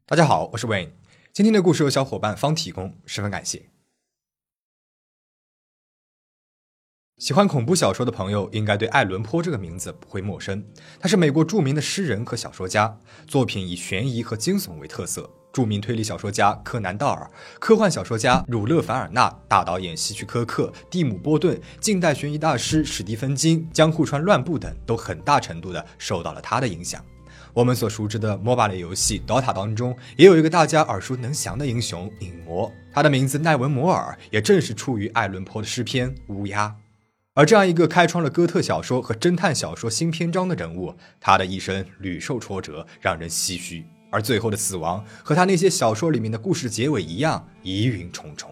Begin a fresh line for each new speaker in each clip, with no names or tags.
大家好，我是 Wayne， 今天的故事由小伙伴方提供，十分感谢。喜欢恐怖小说的朋友应该对爱伦坡这个名字不会陌生。他是美国著名的诗人和小说家，作品以悬疑和惊悚为特色。著名推理小说家柯南·道尔、科幻小说家儒勒·凡尔纳、大导演希区柯克、蒂姆·波顿、近代悬疑大师史蒂芬·金、江户川乱步等都很大程度地受到了他的影响。我们所熟知的 MOBA 类游戏 DOTA 当中也有一个大家耳熟能详的英雄影魔，他的名字奈文·摩尔也正是出于爱伦坡的诗篇《乌鸦》。而这样一个开创了哥特小说和侦探小说新篇章的人物，他的一生屡受挫折，让人唏嘘，而最后的死亡和他那些小说里面的故事结尾一样，疑云重重。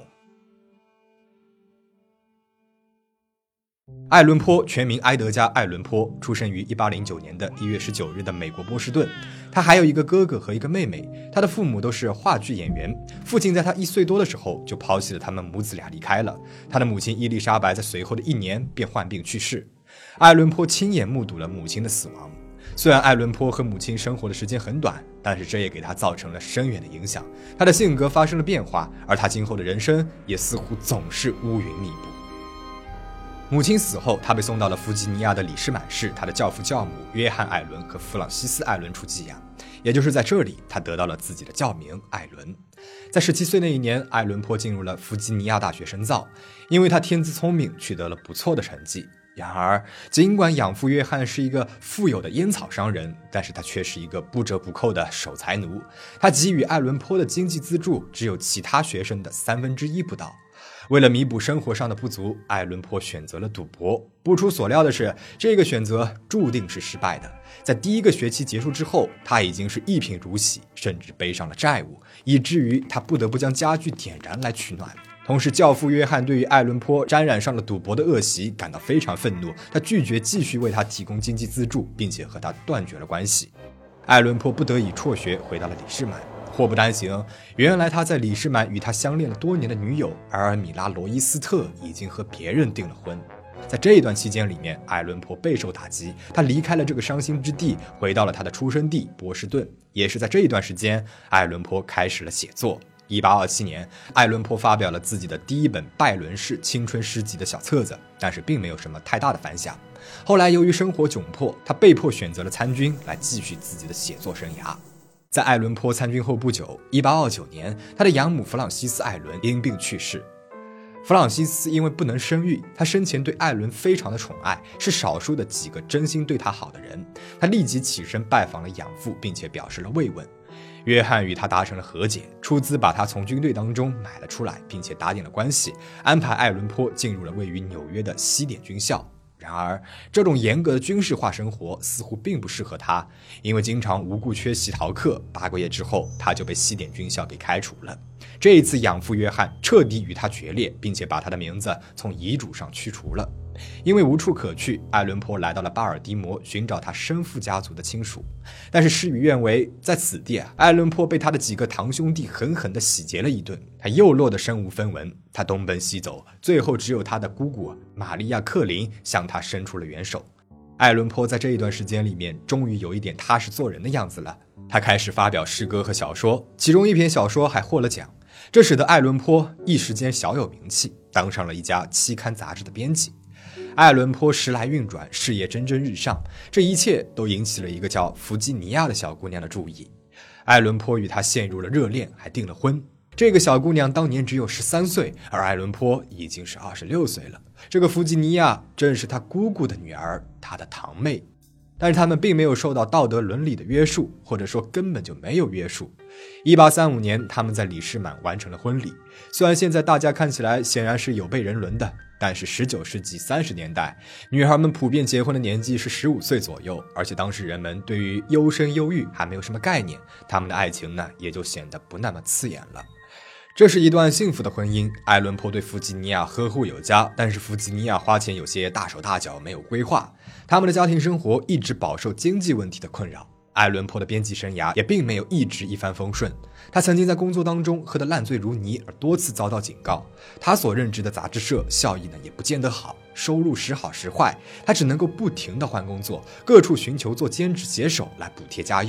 爱伦坡全名埃德加·爱伦坡，出生于1809年的1月19日的美国波士顿。他还有一个哥哥和一个妹妹，他的父母都是话剧演员。父亲在他1岁多的时候就抛弃了他们母子俩离开了。他的母亲伊丽莎白在随后的1年便患病去世。爱伦坡亲眼目睹了母亲的死亡。虽然爱伦坡和母亲生活的时间很短，但是这也给他造成了深远的影响。他的性格发生了变化，而他今后的人生也似乎总是乌云密布。母亲死后，他被送到了弗吉尼亚的里士满市，他的教父教母约翰·艾伦和弗朗西斯·艾伦处寄养。也就是在这里，他得到了自己的教名艾伦。在17岁那一年，爱伦坡进入了弗吉尼亚大学深造，因为他天资聪明，取得了不错的成绩。然而，尽管养父约翰是一个富有的烟草商人，但是他却是一个不折不扣的守财奴。他给予爱伦坡的经济资助只有其他学生的1/3不到。为了弥补生活上的不足，爱伦坡选择了赌博。不出所料的是，这个选择注定是失败的。在第一个学期结束之后，他已经是一贫如洗，甚至背上了债务，以至于他不得不将家具点燃来取暖。同时，教父约翰对于爱伦坡沾染上了赌博的恶习感到非常愤怒，他拒绝继续为他提供经济资助，并且和他断绝了关系。爱伦坡不得已辍学，回到了里士满。祸不单行，原来他在里士满与他相恋了多年的女友埃尔米拉·罗伊斯特已经和别人订了婚。在这一段期间里面，爱伦坡备受打击，他离开了这个伤心之地，回到了他的出生地波士顿。也是在这一段时间，爱伦坡开始了写作。1827年，爱伦坡发表了自己的第一本拜伦式青春诗集的小册子，但是并没有什么太大的反响。后来由于生活窘迫，他被迫选择了参军来继续自己的写作生涯。在爱伦坡参军后不久，1829年，他的养母弗朗西斯·艾伦因病去世。弗朗西斯因为不能生育，他生前对艾伦非常的宠爱，是少数的几个真心对他好的人。他立即起身拜访了养父，并且表示了慰问。约翰与他达成了和解，出资把他从军队当中买了出来，并且打点了关系，安排爱伦坡进入了位于纽约的西点军校。然而，这种严格的军事化生活似乎并不适合他，因为经常无故缺席逃课，8个月之后，他就被西点军校给开除了。这一次，养父约翰彻底与他决裂，并且把他的名字从遗嘱上去除了。因为无处可去，爱伦坡来到了巴尔的摩，寻找他生父家族的亲属。但是事与愿违，在此地，爱伦坡被他的几个堂兄弟狠狠地洗劫了一顿，他又落得身无分文。他东奔西走，最后只有他的姑姑玛利亚·克林向他伸出了援手。爱伦坡在这一段时间里面，终于有一点踏实做人的样子了。他开始发表诗歌和小说，其中一篇小说还获了奖，这使得爱伦坡一时间小有名气，当上了一家期刊杂志的编辑。爱伦坡时来运转，事业蒸蒸日上，这一切都引起了一个叫弗吉尼亚的小姑娘的注意。爱伦坡与她陷入了热恋，还订了婚。这个小姑娘当年只有13岁，而爱伦坡已经是26岁了。这个弗吉尼亚正是他姑姑的女儿，他的堂妹。但是他们并没有受到道德伦理的约束，或者说根本就没有约束。1835年，他们在里士满完成了婚礼。虽然现在大家看起来显然是有悖人伦的，但是19世纪30年代，女孩们普遍结婚的年纪是15岁左右，而且当时人们对于优生优育还没有什么概念，他们的爱情呢也就显得不那么刺眼了。这是一段幸福的婚姻，爱伦坡对弗吉尼亚呵护有加，但是弗吉尼亚花钱有些大手大脚，没有规划。他们的家庭生活一直饱受经济问题的困扰。爱伦坡的编辑生涯也并没有一直一帆风顺，他曾经在工作当中喝得烂醉如泥，而多次遭到警告。他所任职的杂志社效益呢也不见得好，收入时好时坏，他只能够不停地换工作，各处寻求做兼职写手来补贴家用。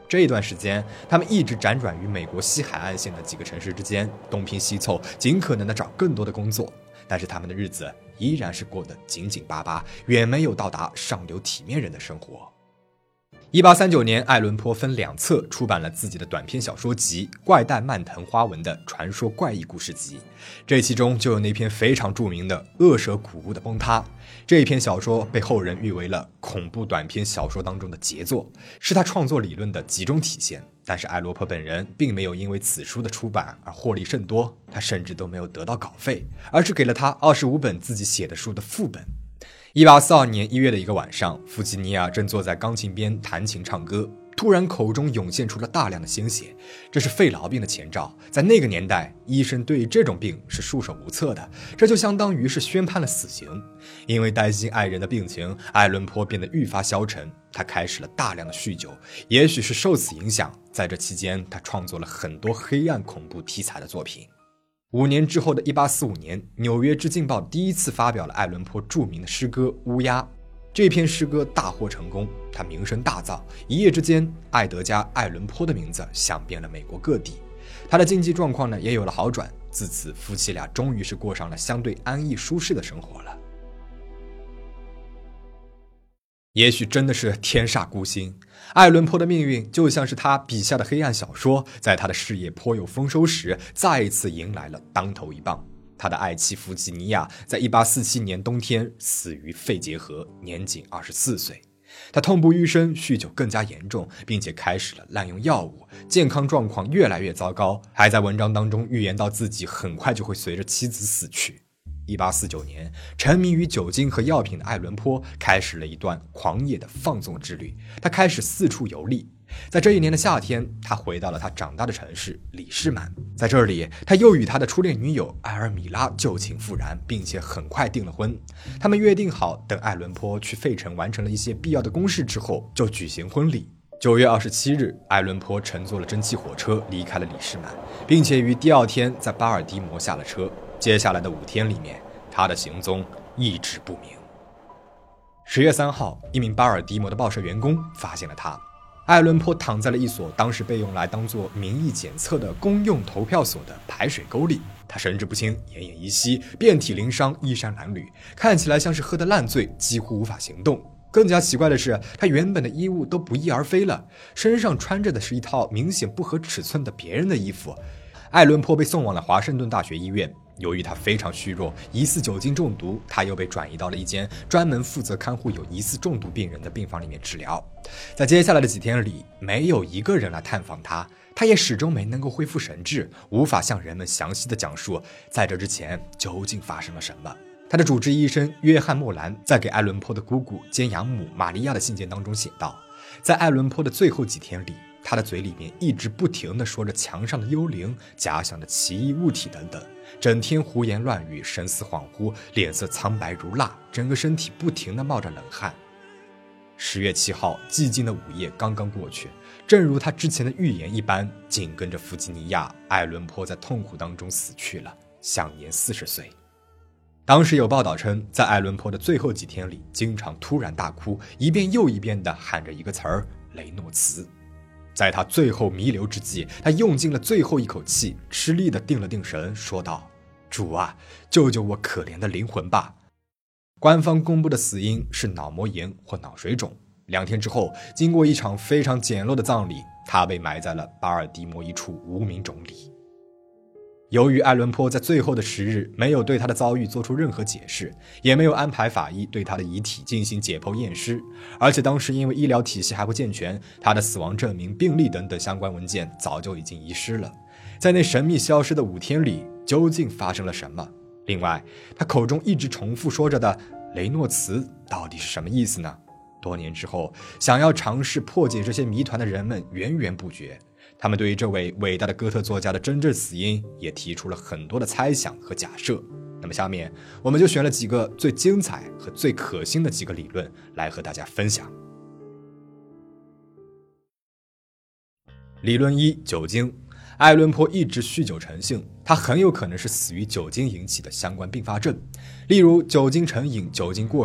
这一段时间，他们一直辗转于美国西海岸线的几个城市之间，东拼西凑，尽可能的找更多的工作。但是他们的日子依然是过得紧紧巴巴，远没有到达上流体面人的生活。1839年，爱伦坡分2册出版了自己的短篇小说集《怪诞蔓藤花纹的传说怪异故事集》，这其中就有那篇非常著名的《恶蛇谷物的崩塌》。这一篇小说被后人誉为了恐怖短篇小说当中的杰作，是他创作理论的集中体现。但是爱罗坡本人并没有因为此书的出版而获利甚多，他甚至都没有得到稿费，而是给了他25本自己写的书的副本。1842年1月的一个晚上，弗吉尼亚正坐在钢琴边弹琴唱歌，突然口中涌现出了大量的鲜血，这是肺痨病的前兆。在那个年代，医生对于这种病是束手无策的，这就相当于是宣判了死刑。因为担心爱人的病情，爱伦坡变得愈发消沉，他开始了大量的酗酒，也许是受此影响，在这期间他创作了很多黑暗恐怖题材的作品。5年之后的1845年，纽约之镜报第一次发表了爱伦坡著名的诗歌《乌鸦》。这篇诗歌大获成功，他名声大噪，一夜之间，爱德加·爱伦坡的名字响遍了美国各地。他的经济状况呢也有了好转，自此夫妻俩终于是过上了相对安逸舒适的生活了。也许真的是天煞孤星，爱伦坡的命运就像是他笔下的黑暗小说，在他的事业颇有丰收时，再一次迎来了当头一棒。他的爱妻弗吉尼亚在1847年冬天死于肺结核，年仅24岁。他痛不欲生，酗酒更加严重，并且开始了滥用药物，健康状况越来越糟糕，还在文章当中预言到自己很快就会随着妻子死去。1849年，沉迷于酒精和药品的爱伦坡开始了一段狂野的放纵之旅。他开始四处游历。在这一年的夏天，他回到了他长大的城市里士满。在这里，他又与他的初恋女友埃尔米拉旧情复燃，并且很快订了婚。他们约定好，等爱伦坡去费城完成了一些必要的公事之后，就举行婚礼。9月27日，爱伦坡乘坐了蒸汽火车离开了里士满，并且于第2天在巴尔的摩下了车。接下来的5天里面，他的行踪一直不明。10月3号，一名巴尔的摩的报社员工发现了他。爱伦坡躺在了一所当时被用来当作民意检测的公用投票所的排水沟里，他神志不清，奄奄一息，遍体鳞伤，衣衫褴褛，看起来像是喝得烂醉，几乎无法行动。更加奇怪的是，他原本的衣物都不翼而飞了，身上穿着的是一套明显不合尺寸的别人的衣服。爱伦坡被送往了华盛顿大学医院，由于他非常虚弱，疑似酒精中毒，他又被转移到了一间专门负责看护有疑似中毒病人的病房里面治疗。在接下来的几天里，没有一个人来探访他，他也始终没能够恢复神智，无法向人们详细的讲述在这之前究竟发生了什么。他的主治医生约翰·莫兰在给爱伦坡的姑姑兼养母玛利亚的信件当中写道，在爱伦坡的最后几天里，他的嘴里面一直不停地说着墙上的幽灵、假想的奇异物体等等，整天胡言乱语，神思恍惚，脸色苍白如蜡，整个身体不停地冒着冷汗。10月7号，寂静的午夜刚刚过去，正如他之前的预言一般，紧跟着弗吉尼亚，爱伦坡在痛苦当中死去了，享年40岁。当时有报道称，在爱伦坡的最后几天里，经常突然大哭，一遍又一遍地喊着一个词儿——雷诺茨。在他最后弥留之际，他用尽了最后一口气，吃力地定了定神，说道：“主啊，救救我可怜的灵魂吧！”官方公布的死因是脑膜炎或脑水肿。2天之后，经过一场非常简陋的葬礼，他被埋在了巴尔的摩一处无名冢里。由于爱伦坡在最后的10日没有对他的遭遇做出任何解释，也没有安排法医对他的遗体进行解剖验尸，而且当时因为医疗体系还不健全，他的死亡证明、病历等等相关文件早就已经遗失了。在那神秘消失的5天里，究竟发生了什么？另外，他口中一直重复说着的雷诺茨到底是什么意思呢？多年之后，想要尝试破解这些谜团的人们源源不绝。他们对于这位伟大的哥特作家的真正死因也提出了很多的猜想和假设。那么下面我们就选了几个最精彩和最可信的几个理论来和大家分享。理论1：酒精。爱伦坡一直酗酒成性，他很有可能是死于酒精引起的相关并发症，例如酒精成瘾、酒精过敏。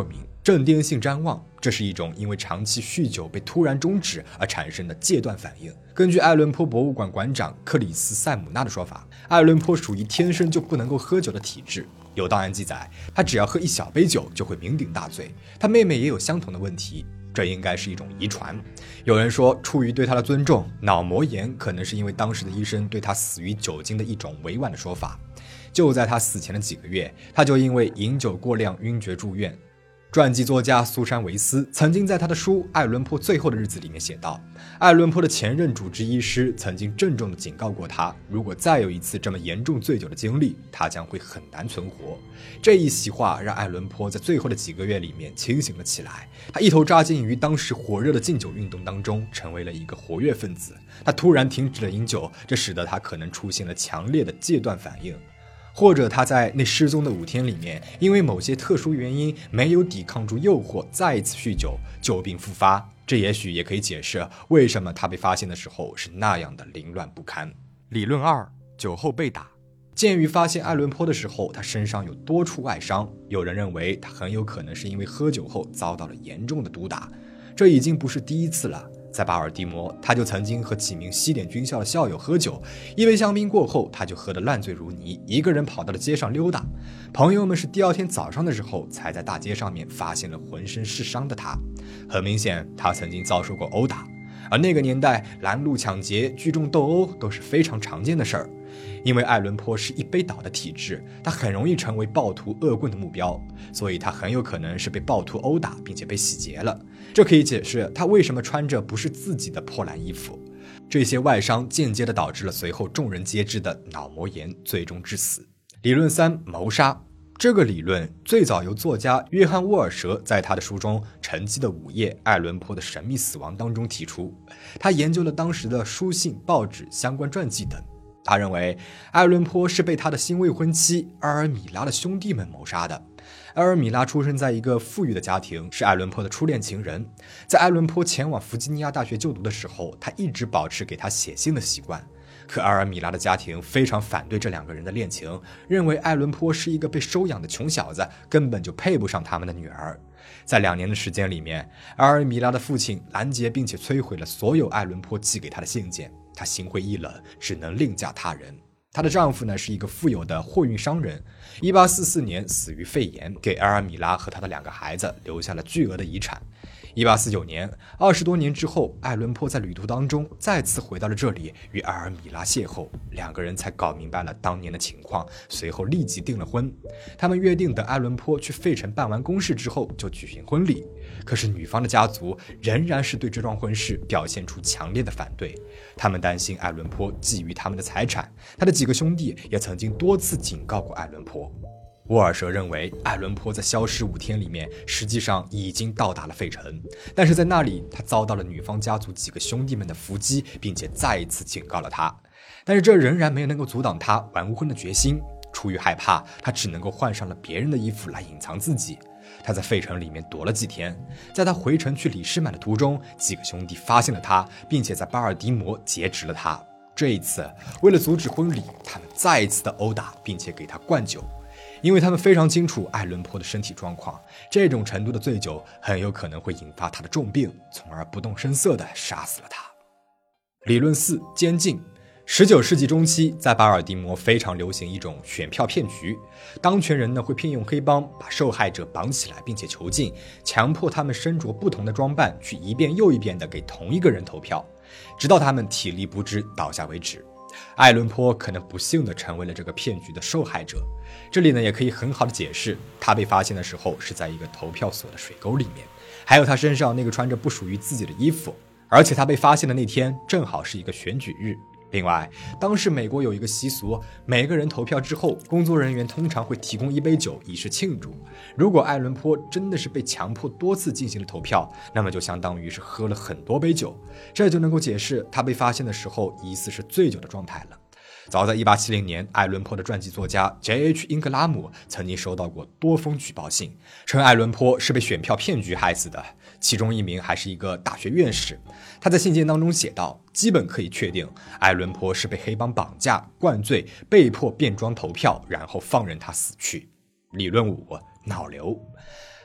正癫性谵妄，这是一种因为长期酗酒被突然终止而产生的戒断反应。根据爱伦坡博物馆馆长克里斯·塞姆纳的说法，爱伦坡属于天生就不能够喝酒的体质。有档案记载，他只要喝1小杯酒就会酩酊大醉。他妹妹也有相同的问题，这应该是一种遗传。有人说，出于对他的尊重，脑膜炎可能是因为当时的医生对他死于酒精的一种委婉的说法。就在他死前的几个月，他就因为饮酒过量晕厥住院。传记作家苏珊·维斯曾经在他的书《爱伦坡最后的日子》里面写道，爱伦坡的前任主治医师曾经郑重地警告过他，如果再有一次这么严重醉酒的经历，他将会很难存活。这一席话让爱伦坡在最后的几个月里面清醒了起来，他一头扎进于当时火热的禁酒运动当中，成为了一个活跃分子。他突然停止了饮酒，这使得他可能出现了强烈的戒断反应。或者他在那失踪的5天里面，因为某些特殊原因没有抵抗住诱惑，再一次酗酒，酒病复发。这也许也可以解释为什么他被发现的时候是那样的凌乱不堪。理论2：酒后被打。鉴于发现爱伦坡的时候，他身上有多处外伤，有人认为他很有可能是因为喝酒后遭到了严重的毒打。这已经不是第一次了。在巴尔的摩，他就曾经和几名西点军校的校友喝酒，一杯香槟过后，他就喝得烂醉如泥，一个人跑到了街上溜达。朋友们是第2天早上的时候才在大街上面发现了浑身是伤的他。很明显，他曾经遭受过殴打，而那个年代拦路抢劫、聚众斗殴都是非常常见的事儿。因为爱伦坡是一杯倒的体质，他很容易成为暴徒恶棍的目标，所以他很有可能是被暴徒殴打并且被洗劫了。这可以解释他为什么穿着不是自己的破烂衣服。这些外伤间接地导致了随后众人皆知的脑膜炎，最终致死。理论3：谋杀。这个理论最早由作家约翰·沃尔舍在他的书中《沉寂的午夜：爱伦坡的神秘死亡》当中提出。他研究了当时的书信、报纸、相关传记等。他认为爱伦坡是被他的新未婚妻埃尔米拉的兄弟们谋杀的。埃尔米拉出生在一个富裕的家庭，是爱伦坡的初恋情人。在爱伦坡前往弗吉尼亚大学就读的时候，他一直保持给他写信的习惯。可埃尔米拉的家庭非常反对这2个人的恋情，认为爱伦坡是一个被收养的穷小子，根本就配不上他们的女儿。在2年的时间里面，埃尔米拉的父亲拦截并且摧毁了所有爱伦坡寄给他的信件，她心灰意冷，只能另嫁他人。她的丈夫呢是一个富有的货运商人，1844年死于肺炎，给埃尔米拉和她的2个孩子留下了巨额的遗产。1849年，20多年之后，爱伦坡在旅途当中再次回到了这里，与埃尔米拉邂逅，2个人才搞明白了当年的情况，随后立即订了婚。他们约定等爱伦坡去费城办完公事之后就举行婚礼。可是女方的家族仍然是对这桩婚事表现出强烈的反对，他们担心爱伦坡觊觎他们的财产，他的几个兄弟也曾经多次警告过爱伦坡。沃尔舍认为爱伦坡在消失5天里面实际上已经到达了费城，但是在那里他遭到了女方家族几个兄弟们的伏击，并且再一次警告了他。但是这仍然没能够阻挡他完婚的决心。出于害怕，他只能够换上了别人的衣服来隐藏自己。他在费城里面躲了几天，在他回城去里士满的途中，几个兄弟发现了他，并且在巴尔的摩劫持了他。这一次为了阻止婚礼，他们再一次的殴打并且给他灌酒，因为他们非常清楚爱伦坡的身体状况，这种程度的醉酒很有可能会引发他的重病，从而不动声色地杀死了他。理论4：监禁。19世纪中期，在巴尔的摩非常流行一种选票骗局，当权人呢会聘用黑帮把受害者绑起来并且囚禁，强迫他们身着不同的装扮去一遍又一遍的给同一个人投票，直到他们体力不支倒下为止。爱伦坡可能不幸地成为了这个骗局的受害者。这里呢也可以很好的解释，他被发现的时候是在一个投票所的水沟里面，还有他身上那个穿着不属于自己的衣服，而且他被发现的那天正好是一个选举日。另外，当时美国有一个习俗，每个人投票之后，工作人员通常会提供1杯酒以示庆祝。如果爱伦坡真的是被强迫多次进行了投票，那么就相当于是喝了很多杯酒，这就能够解释他被发现的时候疑似是醉酒的状态了。早在1870年，爱伦坡的传记作家 J.H. 英格拉姆曾经收到过多封举报信，称爱伦坡是被选票骗局害死的，其中一名还是一个大学院士。他在信件当中写道，基本可以确定爱伦坡是被黑帮绑架、灌醉，被迫变装投票，然后放任他死去。理论5：脑瘤。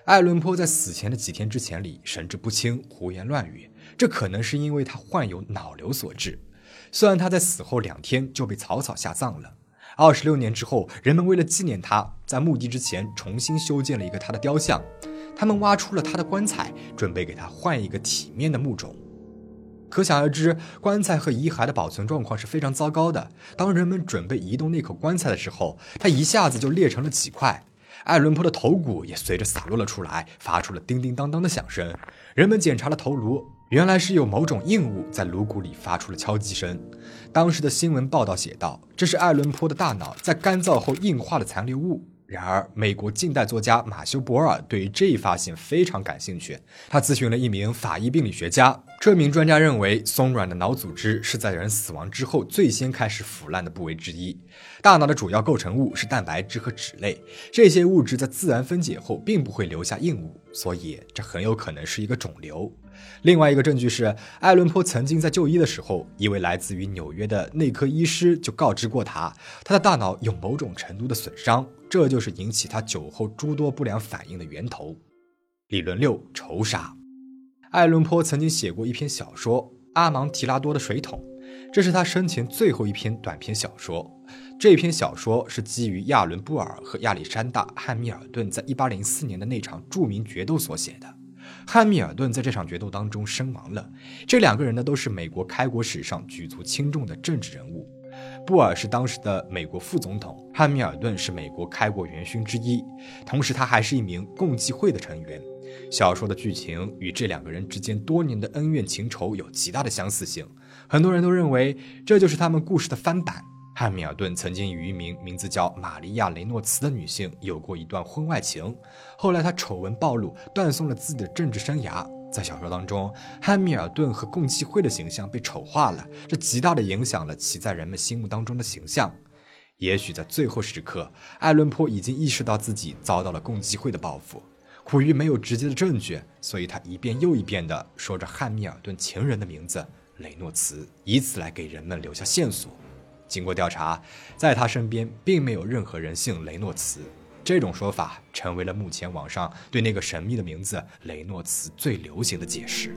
爱伦坡在死前的几天之前里神志不清，胡言乱语，这可能是因为他患有脑瘤所致。虽然他在死后2天就被草草下葬了，26年之后，人们为了纪念他，在墓地之前重新修建了一个他的雕像。他们挖出了他的棺材，准备给他换一个体面的墓种。可想而知，棺材和遗骸的保存状况是非常糟糕的。当人们准备移动那口棺材的时候，它一下子就裂成了几块。爱伦坡的头骨也随着洒落了出来，发出了叮叮当当的响声。人们检查了头颅，原来是有某种硬物在颅骨里发出了敲击声。当时的新闻报道写道，这是爱伦坡的大脑在干燥后硬化的残留物。然而，美国近代作家马修·博尔对于这一发现非常感兴趣，他咨询了一名法医病理学家。这名专家认为，松软的脑组织是在人死亡之后最先开始腐烂的部位之一。大脑的主要构成物是蛋白质和脂类，这些物质在自然分解后并不会留下硬物，所以这很有可能是一个肿瘤。另外一个证据是，爱伦坡曾经在就医的时候，一位来自于纽约的内科医师就告知过他，他的大脑有某种程度的损伤，这就是引起他酒后诸多不良反应的源头。理论6：仇杀。爱伦坡曾经写过一篇小说《阿芒提拉多的水桶》，这是他生前最后一篇短篇小说。这篇小说是基于亚伦·布尔和亚历山大·汉密尔顿在1804年的那场著名决斗所写的。汉密尔顿在这场决斗当中身亡了。这2个人呢，都是美国开国史上举足轻重的政治人物。布尔是当时的美国副总统，汉密尔顿是美国开国元勋之一，同时他还是一名共济会的成员。小说的剧情与这2个人之间多年的恩怨情仇有极大的相似性，很多人都认为这就是他们故事的翻版。汉密尔顿曾经与一名名字叫玛利亚·雷诺茨的女性有过一段婚外情，后来他丑闻暴露，断送了自己的政治生涯。在小说当中，汉密尔顿和共济会的形象被丑化了，这极大地影响了其在人们心目当中的形象。也许在最后时刻，爱伦坡已经意识到自己遭到了共济会的报复，苦于没有直接的证据，所以他一遍又一遍地说着汉密尔顿情人的名字雷诺茨，以此来给人们留下线索。经过调查，在他身边并没有任何人姓雷诺茨，这种说法成为了目前网上对那个神秘的名字雷诺茨最流行的解释。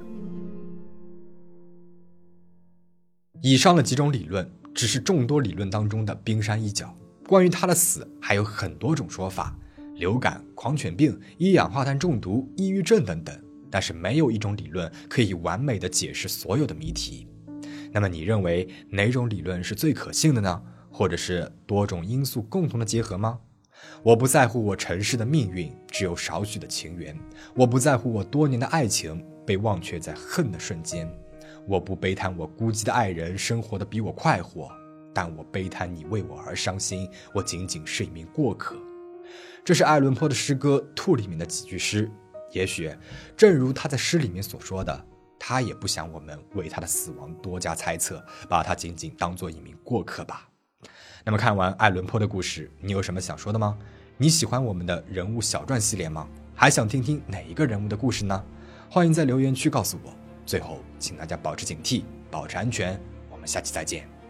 以上的几种理论只是众多理论当中的冰山一角，关于他的死还有很多种说法，流感、狂犬病、一氧化碳中毒、抑郁症等等，但是没有一种理论可以完美的解释所有的谜题。那么你认为哪种理论是最可信的呢？或者是多种因素共同的结合吗？我不在乎我尘世的命运只有少许的情缘，我不在乎我多年的爱情被忘却在恨的瞬间，我不悲叹我孤寂的爱人生活的比我快活，但我悲叹你为我而伤心，我仅仅是一名过客。这是爱伦坡的诗歌《兔》里面的几句诗，也许正如他在诗里面所说的，他也不想我们为他的死亡多加猜测，把他仅仅当作一名过客吧。那么看完爱伦坡的故事，你有什么想说的吗？你喜欢我们的人物小传系列吗？还想听听哪一个人物的故事呢？欢迎在留言区告诉我。最后请大家保持警惕，保持安全，我们下期再见。